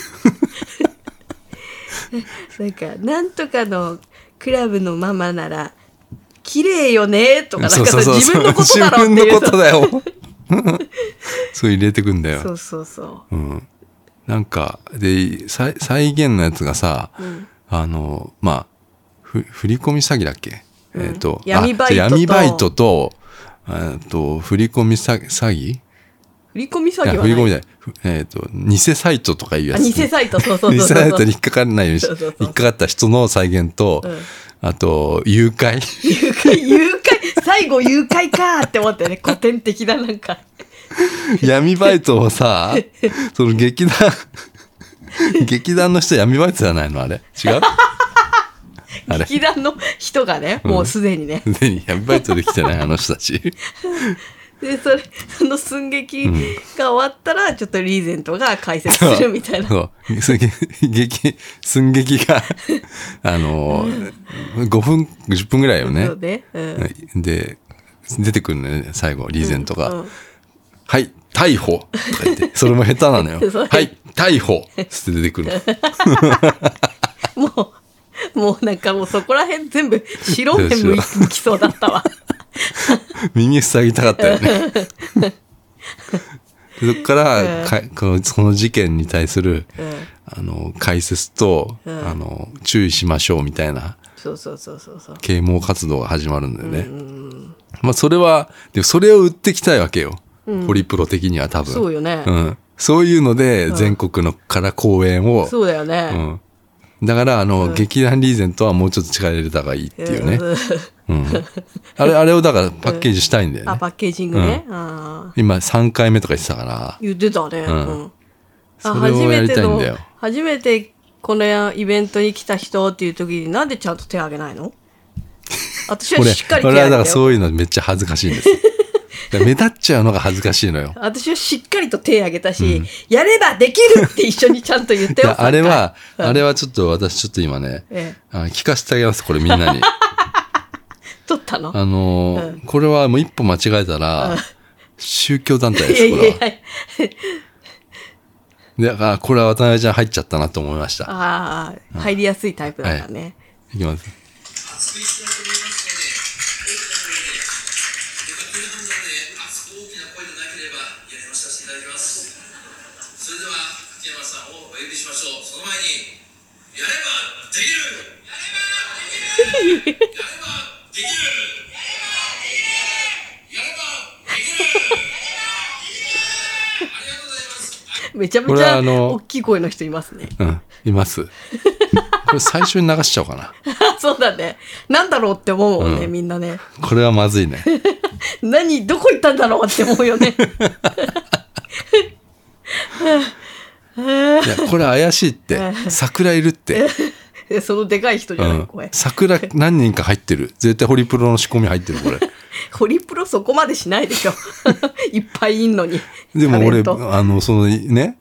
なんとかのクラブのママなら綺麗よねとかなんかさ自分のことだろっていう。 自分のことだよ。そう入れてくんだよ。 そう。 なんかで再現のやつがさ、まあ振り込み詐欺だっけ？闇バイトと振り込み詐欺？ 振り込み詐欺はない。 振り込みじゃない。偽サイトとかいうやつ。 偽サイトそう偽サイトに引っかからないように引っかかった人の再現と、あと誘拐最後誘拐かって思ってね古典的ななんか闇バイトをさその劇団の人闇バイトじゃないのあれ違う劇団の人がねもうすでにねすでに闇バイトできてないあの人たちでその寸劇が終わったらちょっとリーゼントが解説するみたいな。 そう寸劇が5分10分ぐらいよね。 そうね、 で出てくるね最後リーゼントが、はい逮捕とか言ってそれも下手なのよはい逮捕って出てくるもうなんかもうそこら辺全部白目向きそうだったわ耳塞ぎたかったよねそっから、その事件に対する、解説と、注意しましょうみたいなそう啓蒙活動が始まるんだよね、まあそれはでもそれを売ってきたいわけよ、ホリプロ的には多分そうよね、 そういうので全国のから公演を、 そうだよね、 だから劇団リーゼントはもうちょっと力入れた方がいいっていうね、あれをだからパッケージしたいんだよね。 パッケージングね、 今3回目とか言ってたから言ってたね、 それをやりたいんだよ。 初めてこのイベントに来た人っていう時になんでちゃんと手挙げないの？私はしっかり手挙げたよ。 俺はだからそういうのめっちゃ恥ずかしいんです目立っちゃうのが恥ずかしいのよ。 私はしっかりと手挙げたし、やればできるって一緒にちゃんと言ってよ。 あれはちょっと私ちょっと今ね、聞かせてあげますこれみんなに撮ったの？ これはもう一歩間違えたら宗教団体ですこれは。でこれは渡辺ちゃん入っちゃったなと思いました。 入りやすいタイプだからね。 いきます。 それでは秋山さんをお呼びしましょう。その前にやればできる、やればできる、やればできる、やればできる、ありがとうございます。 めちゃめちゃ大きい声の人いますね。 いますこれ最初に流しちゃおうかなそうだね。なんだろうって思うもんね、みんなね。 これはまずいねどこ行ったんだろうって思うよねいやこれ怪しいって桜いるってそのでかい人じゃない、声。 桜何人か入ってる。絶対ホリプロの仕込み入ってるこれホリプロそこまでしないでしょいっぱいいんのに。 でも俺そのね、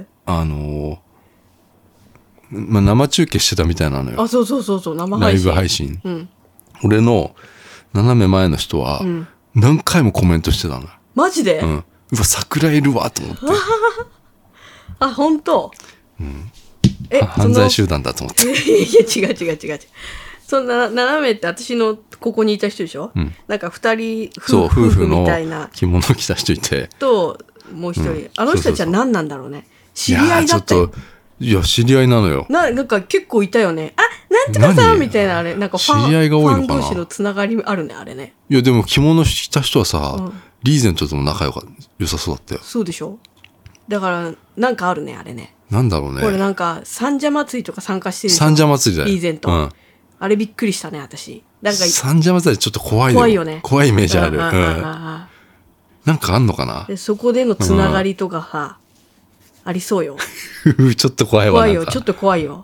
生中継してたみたいなのよ。 そう生配信、 ライブ配信、俺の斜め前の人は何回もコメントしてたの。 マジで？ うわ桜いるわと思って本当？ 犯罪集団だと思っていや違う。そんな斜めって私のここにいた人でしょ、なんか2人夫婦みたいな着物着た人いてともう一人、あの人たちは何なんだろうね。知り合いだったよ。 いや知り合いなのよ。 なんか結構いたよね。なんとかさみたいな、あれなんか知り合いが多いのかな。 ファン同士のつながりあるね、あれね。 いやでも着物着た人はさ、リーゼントとも仲良さそうだったよ。 そうでしょ。だからなんかあるね、あれね。 なんだろうね。 これなんか三社祭りとか参加してる。 三社祭りだよ。 リーゼント、あれびっくりしたね私。なんか三社祭りちょっと怖いよね。 怖いイメージある。なんかあんのかな。 でそこでのつながりとかさ、ありそうよ。 ちょっと怖いわ。 怖いよ、ちょっと怖いよ。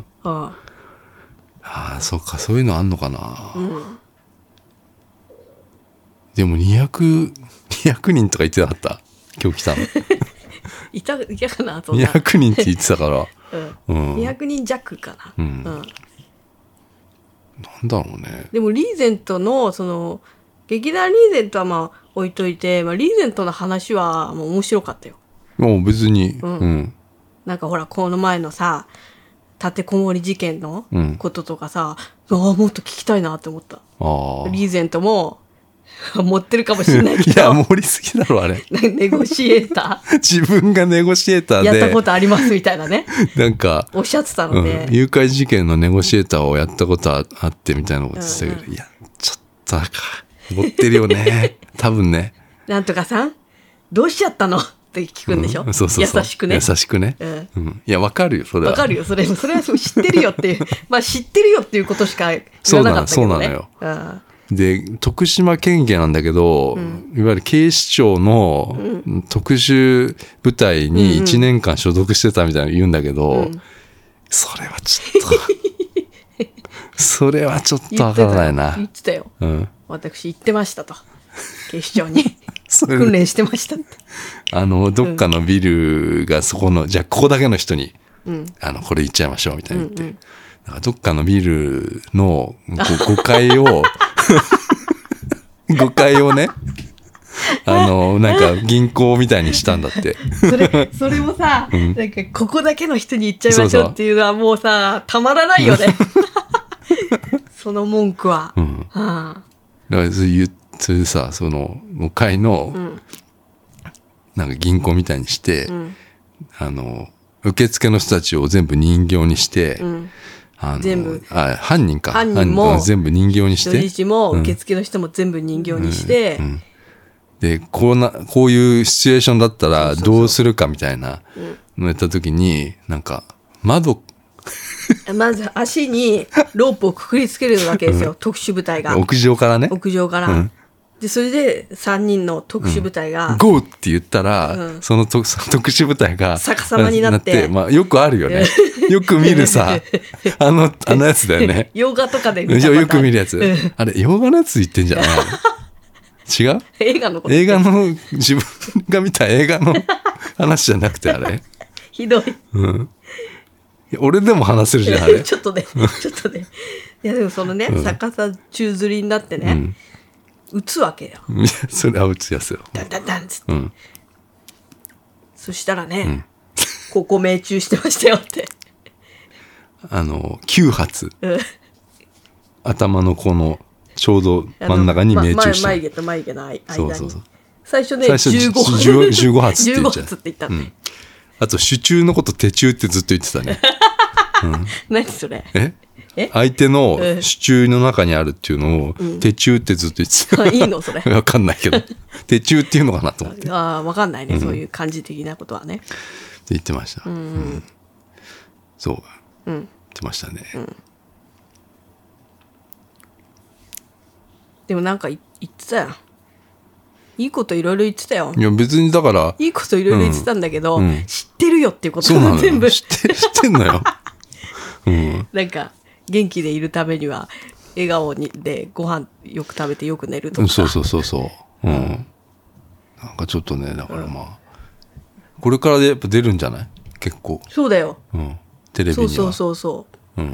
そうか、そういうのあんのかな。でも200人とか言ってなかった。今日来たの。 いたかな、そんな。 200人って言ってたから。 200人弱かな。 なんだろうね。 でもリーゼントのその劇団リーゼントはまあ置いといて、リーゼントの話はもう面白かったよ。 もう別に、 なんかほらこの前のさ立てこもり事件のこととかさ、もっと聞きたいなって思った。リーゼントも持ってるかもしれないけど。 いや盛りすぎだろあれ。 ネゴシエーター自分がネゴシエーターでやったことありますみたいなねなんかおっしゃってたので、 誘拐事件のネゴシエーターをやったことあってみたいなこと言ってたけど、いやちょっとなんか持ってるよね多分ね。 なんとかさんどうしちゃったのって聞くんでしょ、 そう優しくね。優しくね、いやわかるよそれは。 わかるよそれは知ってるよっていう知ってるよっていうことしか言わなかったけどね。そうなのよ。で徳島県警なんだけど、いわゆる警視庁の特殊部隊に1年間所属してたみたいなの言うんだけど、それはちょっとわからないな。 言ってたよ、私言ってましたと警視庁にそれ訓練してましたって。 どっかのビルがそこの、じゃあここだけの人に、これ言っちゃいましょうみたいに言って。なんかどっかのビルの5階を、5階をね、なんか銀行みたいにしたんだって。 それもさ、なんかここだけの人に言っちゃいましょうっていうのはもうさ、たまらないよね。その文句は。 だからそれでさ、その5階の、なんか銀行みたいにして、受付の人たちを全部人形にして、 全部犯人か。 犯人も全部人形にして。 人質も受付の人も全部人形にして、 で、こういうシチュエーションだったらどうするかみたいなのやった時に、なんか、まず足にロープをくくりつけるわけですよ、特殊部隊が。 屋上からね。 屋上から。で、それで3人の特殊部隊が、 ゴーって言ったら、その特殊部隊が、 逆さまになって。 まあ、よくあるよね。よく見るさ、あのやつだよね。 洋画とかで見たよく見るやつ。あれ、洋画のやつ言ってんじゃない違う？ 映画のこと。 映画の、自分が見た映画の話じゃなくてあれひどい。 俺でも話せるじゃん、あれ。 ちょっとね。いや、でもそのね、逆さ宙吊りになってね、撃つわけよ。 いや、それは撃つやつよ。 ダンダンダンっつって。そしたらね、ここ命中してましたよって。 9発。頭のこの、ちょうど真ん中に命中して。 眉毛と眉毛の間に。 そう。 最初ね、15 発って言っちゃう。 15発って言ったの。 あと、手中のこと手中ってずっと言ってたね。 何それ？ 相手の手中の中にあるっていうのを、手中ってずっと言ってた。 いいのそれ。 わかんないけど。手中っていうのかなと思って。 わかんないね、そういう漢字的なことはね。って言ってました。そう。言ってましたね。 でもなんか言ってたよ。いいこといろいろ言ってたよ。 いや別にだから。 いいこといろいろ言ってたんだけど、知ってるよっていうことが全部。 知ってんのよ。 なんか元気でいるためには笑顔でご飯よく食べてよく寝るとか。 そう。なんかちょっとね、だからまあ、これからでやっぱ出るんじゃない？結構。 そうだよ。 テレビには。 そう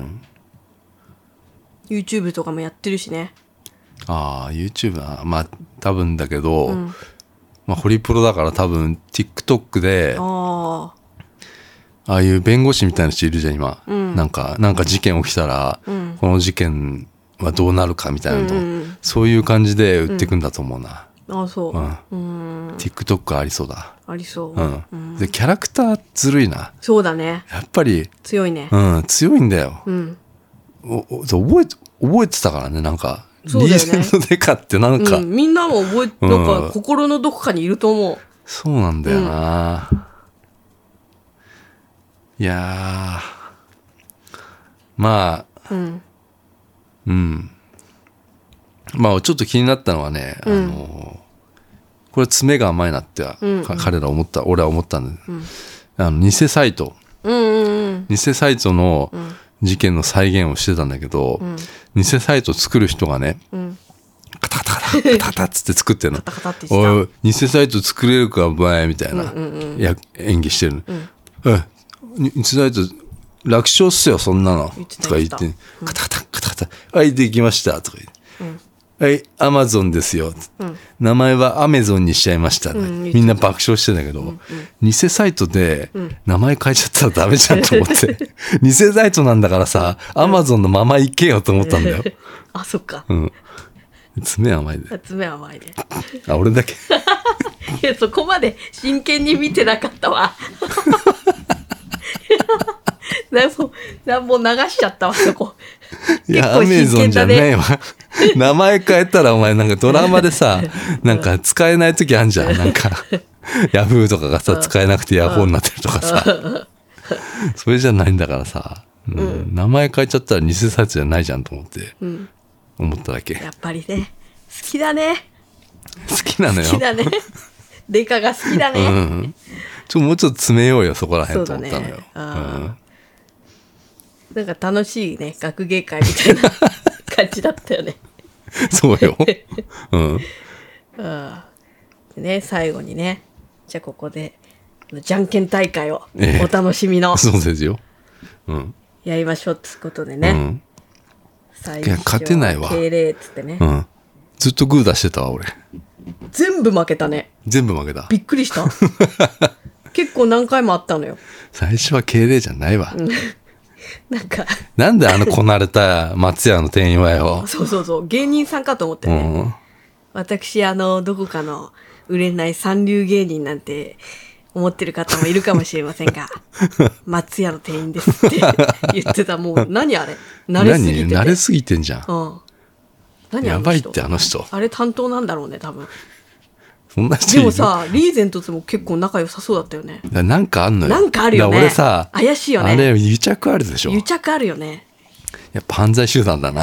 。YouTube とかもやってるしね。 YouTube はまあ多分だけど、まあホリプロだから多分 TikTok でああいう弁護士みたいな人いるじゃん今、なんか事件起きたら、この事件はどうなるかみたいなの、そういう感じで売っていくんだと思うな。 そう。 TikTok ありそうだ。 ありそう。 でキャラクターずるいな。 そうだね。 やっぱり強いね。 強いんだよ。覚えてたからね、なんか。 そうだよね。 リーゼントデカってなんか、 みんなもなんか心のどこかにいると思う。 そうなんだよな。いやまあ、まあちょっと気になったのはね、これ爪が甘いなって、彼ら俺は思ったんだ。偽サイト。偽サイトの事件の再現をしてたんだけど、偽サイト作る人がね、カタカタカタカタカタっつって作ってるの。おい、偽サイト作れるかお前みたいな演技してるの。偽サイト楽勝っすよそんなのとか言って、カタカタカタカタ、はいできましたとか言って、はい、アマゾンですよ、名前はアメゾンにしちゃいました、みんな爆笑してんだけど、偽サイトで名前変えちゃったらダメじゃんと思って偽サイトなんだからさ、アマゾンのまま行けよと思ったんだよ。 そっか。 爪甘いで。 爪甘いね。 俺だけいや、そこまで真剣に見てなかったわなんも流しちゃったわそこ。 いや、アメゾンじゃねえわ。名前変えたらお前なんかドラマでさ、なんか使えない時あんじゃん。なんか、ヤフーとかがさ、使えなくてヤホーになってるとかさ。それじゃないんだからさ、名前変えちゃったら偽サイトじゃないじゃんと思って、思っただけ。 やっぱりね、好きだね。 好きなのよ。 好きだね。デカが好きだね。 もうちょっと詰めようよ、そこら辺と思ったのよ。 なんか楽しいね、学芸会みたいな感じだったよね。 そうよ。 でね、最後にね、じゃあここでじゃんけん大会をお楽しみの、 そうですよ。うん。 やりましょうってことでね。 うん。 最いや勝てないわ敬礼っつってね、 うん。ずっとグー出してたわ、俺。 全部負けたね。 全部負けた。 びっくりした。結構何回もあったのよ。 最初は敬礼じゃないわ。 なんかなんでこなれた松屋の店員はよ。 そう芸人さんかと思ってね、 うん。 私どこかの売れない三流芸人なんて思ってる方もいるかもしれませんが松屋の店員ですって言ってた。もう何あれ慣れすぎてて、 慣れすぎてんじゃん。 何やばいってあの人。 あれ担当なんだろうね多分。 そんな人いる。 でもさリーゼントとも結構仲良さそうだったよね。 なんかあんのよ。 なんかあるよね。 俺さ怪しいよね。 あれ癒着あるでしょ。 癒着あるよね。 やっぱ犯罪集団だな。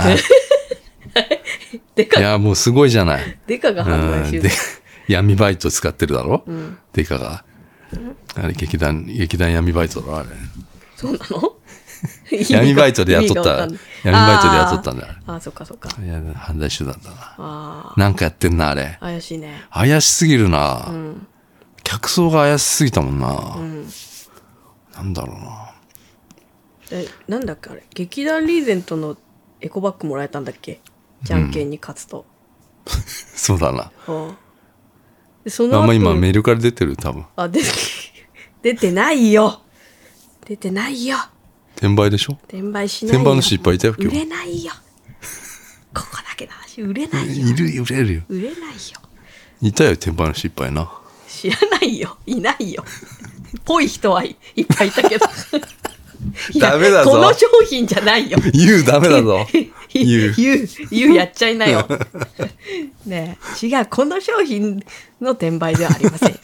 デカいやもうすごいじゃない。 デカが犯罪集団。 闇バイト使ってるだろ、デカが。あれ劇団闇バイトだろあれ。 そうなの？ 闇バイトで雇ったんだよ。 あ、そっか。 いや犯罪集団だな。 あ、 なんかやってんなあれ。 怪しいね。 怪しすぎるな、客層が怪しすぎたもんな、なんだろうな。 なんだっけあれ、劇団リーゼントのエコバッグもらえたんだっけ、じゃんけんに勝つと。 そうだな。 でその後今メルカリ出てる多分。 出てないよ。転売でしょ。 転売しないよ。 転売の人いっぱいいたよ今日。 売れないよ。ここだけの話、売れないよ。 売れるよ。 売れないよ。 いたよ転売の人いっぱいな。 知らないよ。いないよ。ぽい人はいっぱいいたけど。 ダメだぞ。 この商品じゃないよ。 言うダメだぞ。言うやっちゃいなよ。ねえ、違う、この商品の転売ではありません。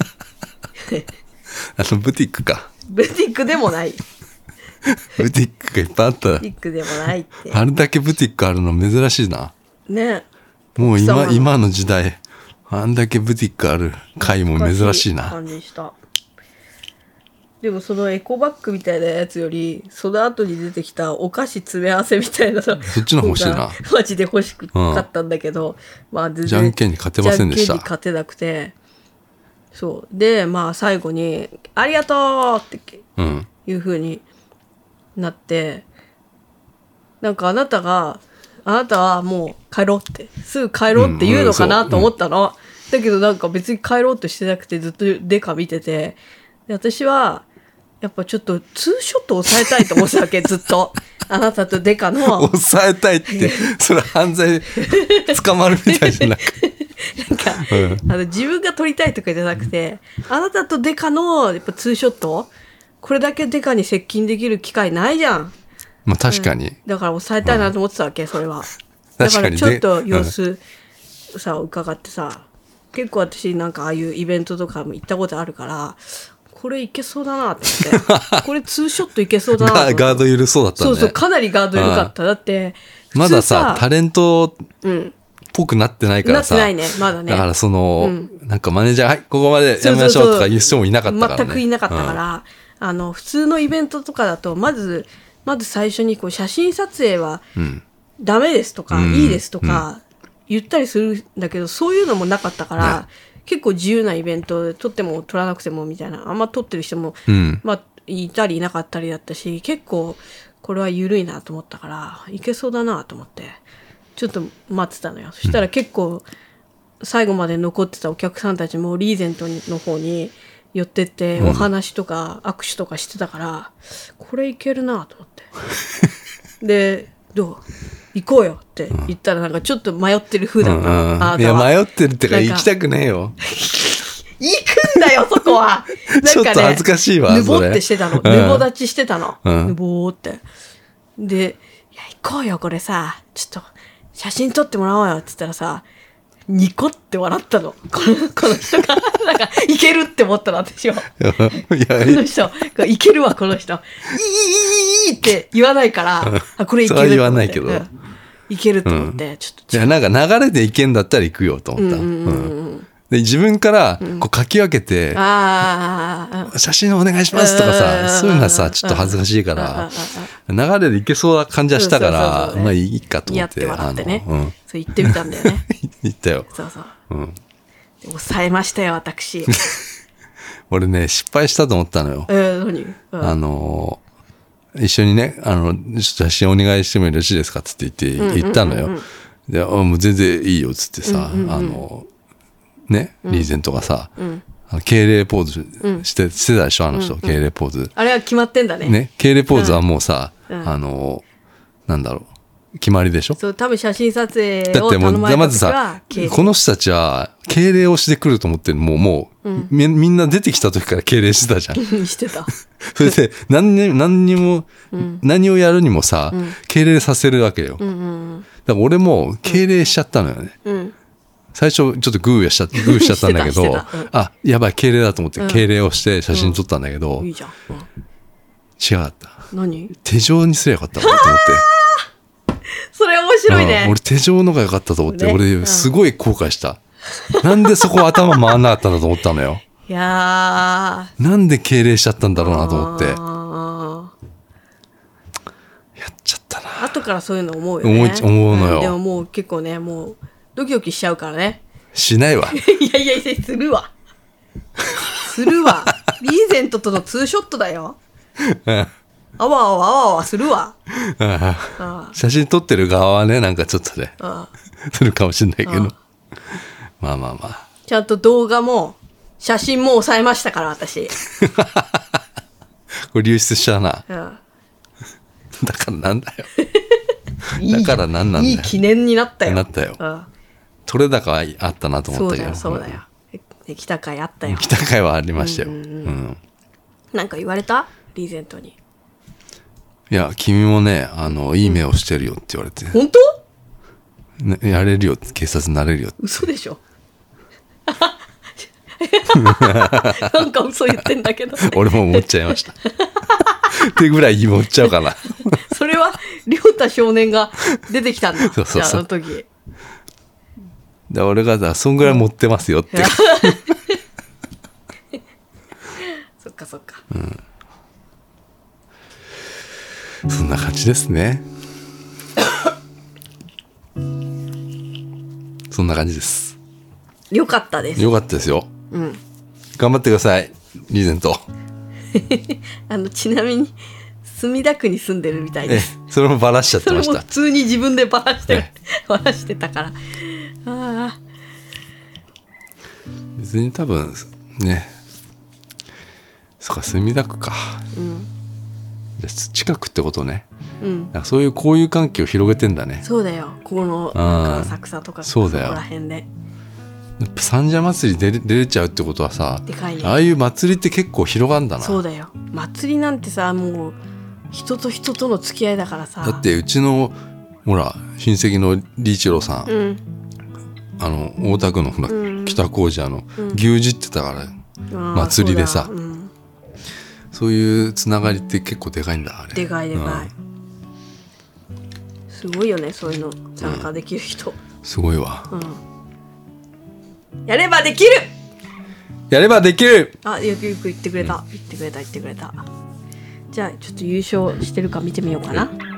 ブティックか。 ブティックでもない。 ブティックがいっぱいあった。 ブティックでもないって。 あれだけブティックあるの珍しいな。 ねえ。 もう今の時代あんだけブティックある回も珍しいな。 感じした。でもそのエコバッグみたいなやつよりその後に出てきたお菓子詰め合わせみたいなそっちの方が欲しいな。 マジで欲しかったんだけど、まあ全然じゃんけんに勝てませんでした。 じゃんけんに勝てなくて、そうでまあ最後に「ありがとう!」っていう風になって、なんかあなたはもう帰ろうってすぐ帰ろうって言うのかなと思ったの、だけどなんか別に帰ろうとしてなくてずっとデカ見てて、で私はやっぱちょっとツーショット抑えたいと思ってたわけずっと。あなたとデカの抑えたいってそれ犯罪捕まるみたいじゃなくなんか、自分が撮りたいとかじゃなくて、あなたとデカのやっぱツーショット、これだけデカに接近できる機会ないじゃん。 まあ確かに、 だから抑えたいなと思ってたわけ、それは。だからちょっと様子さ伺ってさ、結構私なんかああいうイベントとかも行ったことあるから、これいけそうだなって思ってこれツーショットいけそうだなと思ってガード緩そうだったね。 そうかなりガード緩かった。だってまださタレントっぽくなってないからさ、 なってないねまだね。 だからその、なんかマネージャーはいここまでやめましょうとか言う人もいなかったからね。 全くいなかったから、普通のイベントとかだとまず最初にこう写真撮影はダメですとか、いいですとか言ったりするんだけど、そういうのもなかったから、結構自由なイベントで撮っても撮らなくてもみたいな、あんま撮ってる人も、まあいたりいなかったりだったし、結構これは緩いなと思ったからいけそうだなと思ってちょっと待ってたのよ。そしたら結構最後まで残ってたお客さんたちもリーゼントの方に寄ってってお話とか握手とかしてたから、これいけるなと思ってでどう行こうよって言ったらなんかちょっと迷ってる風だったの、 いや迷ってるってか行きたくねえよ。 行くんだよそこは。なんかね、 ちょっと恥ずかしいわ。 ぬぼってしてたの、ぬぼ立ちしてたの、ぬぼーって。でいや行こうよこれさちょっと写真撮ってもらおうよって言ったらさニコって笑ったのこの人がなんかいけるって思ったの私は。この人いけるわこの人いいって言わないからあこれいけるって言わないけど、 いけると思って、ちょっといやなんか流れでいけんだったら行くよと思った。で自分からこう書き分けて、写真お願いしますとかさ、そういうのはさちょっと恥ずかしいから流れでいけそうな感じはしたから、まあいいかと思ってやって笑ってね、そう言ってみたんだよね。 言ったよ。 そうそう、 抑えましたよ私。 俺ね、失敗したと思ったのよ。 何、 一緒にね、ちょっと写真お願いしてもよろしいですかって言ったのよ。で、もう全然いいよっつってさ、ね、リーゼントがさ、敬礼ポーズしてたでしょ、あの人、敬礼ポーズ。 あれは決まってんだね。 ね、敬礼ポーズはもうさ、なんだろう、決まりでしょ。 そう、多分写真撮影をだってもう、 頼まれたまず時はさ、この人たちは敬礼をしてくると思ってるのもう、みんな出てきた時から敬礼してたじゃん。 してた。 それで何をやるにもさ、敬礼させるわけよ。だから俺も敬礼しちゃったのよね。最初ちょっとグーしちゃったんだけど、あ、やばい敬礼だと思って敬礼をして写真撮ったんだけど、 いいじゃん。 違かった。 何？ 手錠にすればよかったなと思って。 それ面白いね。 俺手錠のが良かったと思って、 ね、 俺すごい後悔した。なんでそこ頭回んなかったんだと思ったのよ。 いやー。なんで敬礼しちゃったんだろうなと思って。やっちゃったな。 後からそういうの思うよね。 思うのよ。 でももう結構ね、もうドキドキしちゃうからね。 しないわ。 いやするわ。するわ。リーゼントとのツーショットだよ。あわあわするわ。 写真撮ってる側はね、なんかちょっとね、するかもしれないけど。まあ。 ちゃんと動画も写真も抑えましたから、私。 これ流出しちゃうな。だからなんだよ。だからなんなんだよ。 いい記念になったよ。 なったよ。取れ高はあったなと思ったけど。 そうだよ。来た回あったよ。 来た回はありましたよ。 なんか言われた？リーゼントに。 いや、君もね、いい目をしてるよって言われて。 本当？ ね、やれるよ、警察になれるよ。 嘘でしょ。なんか嘘言ってんだけど、ね。 俺も思っちゃいました。ってぐらい思っちゃうかな。 それは亮太少年が出てきたんだ。 そうじゃああの時。 で俺がそんぐらい持ってますよって。 そっか。 そんな感じですね。そんな感じです。 よかったです。 よかったですよ。頑張ってください、リーゼント。 ちなみに墨田区に住んでるみたいです。 それもバラしちゃってました。 それも普通に自分でバラしてたから。 別に多分ね、そっか、墨田区か。近くってことね。そういう交友関係を広げてんだね。 そうだよ。この浅草とかそこら辺で。 三社祭り出れちゃうってことはさ、 でかいね。 ああいう祭りって結構広がんだな。 そうだよ。祭りなんてさ、もう人と人との付き合いだからさ。 だってうちのほら親戚のリーチローさん、大田区のほら、北高寺牛耳ってたから、祭りでさ、そういうつながりって結構でかいんだあれ。 でかい。すごいよね、そういうの参加できる人。 すごいわ。 やればできる。 やればできる。 あ、よく言ってくれた。言ってくれた。じゃあちょっと優勝してるか見てみようかな。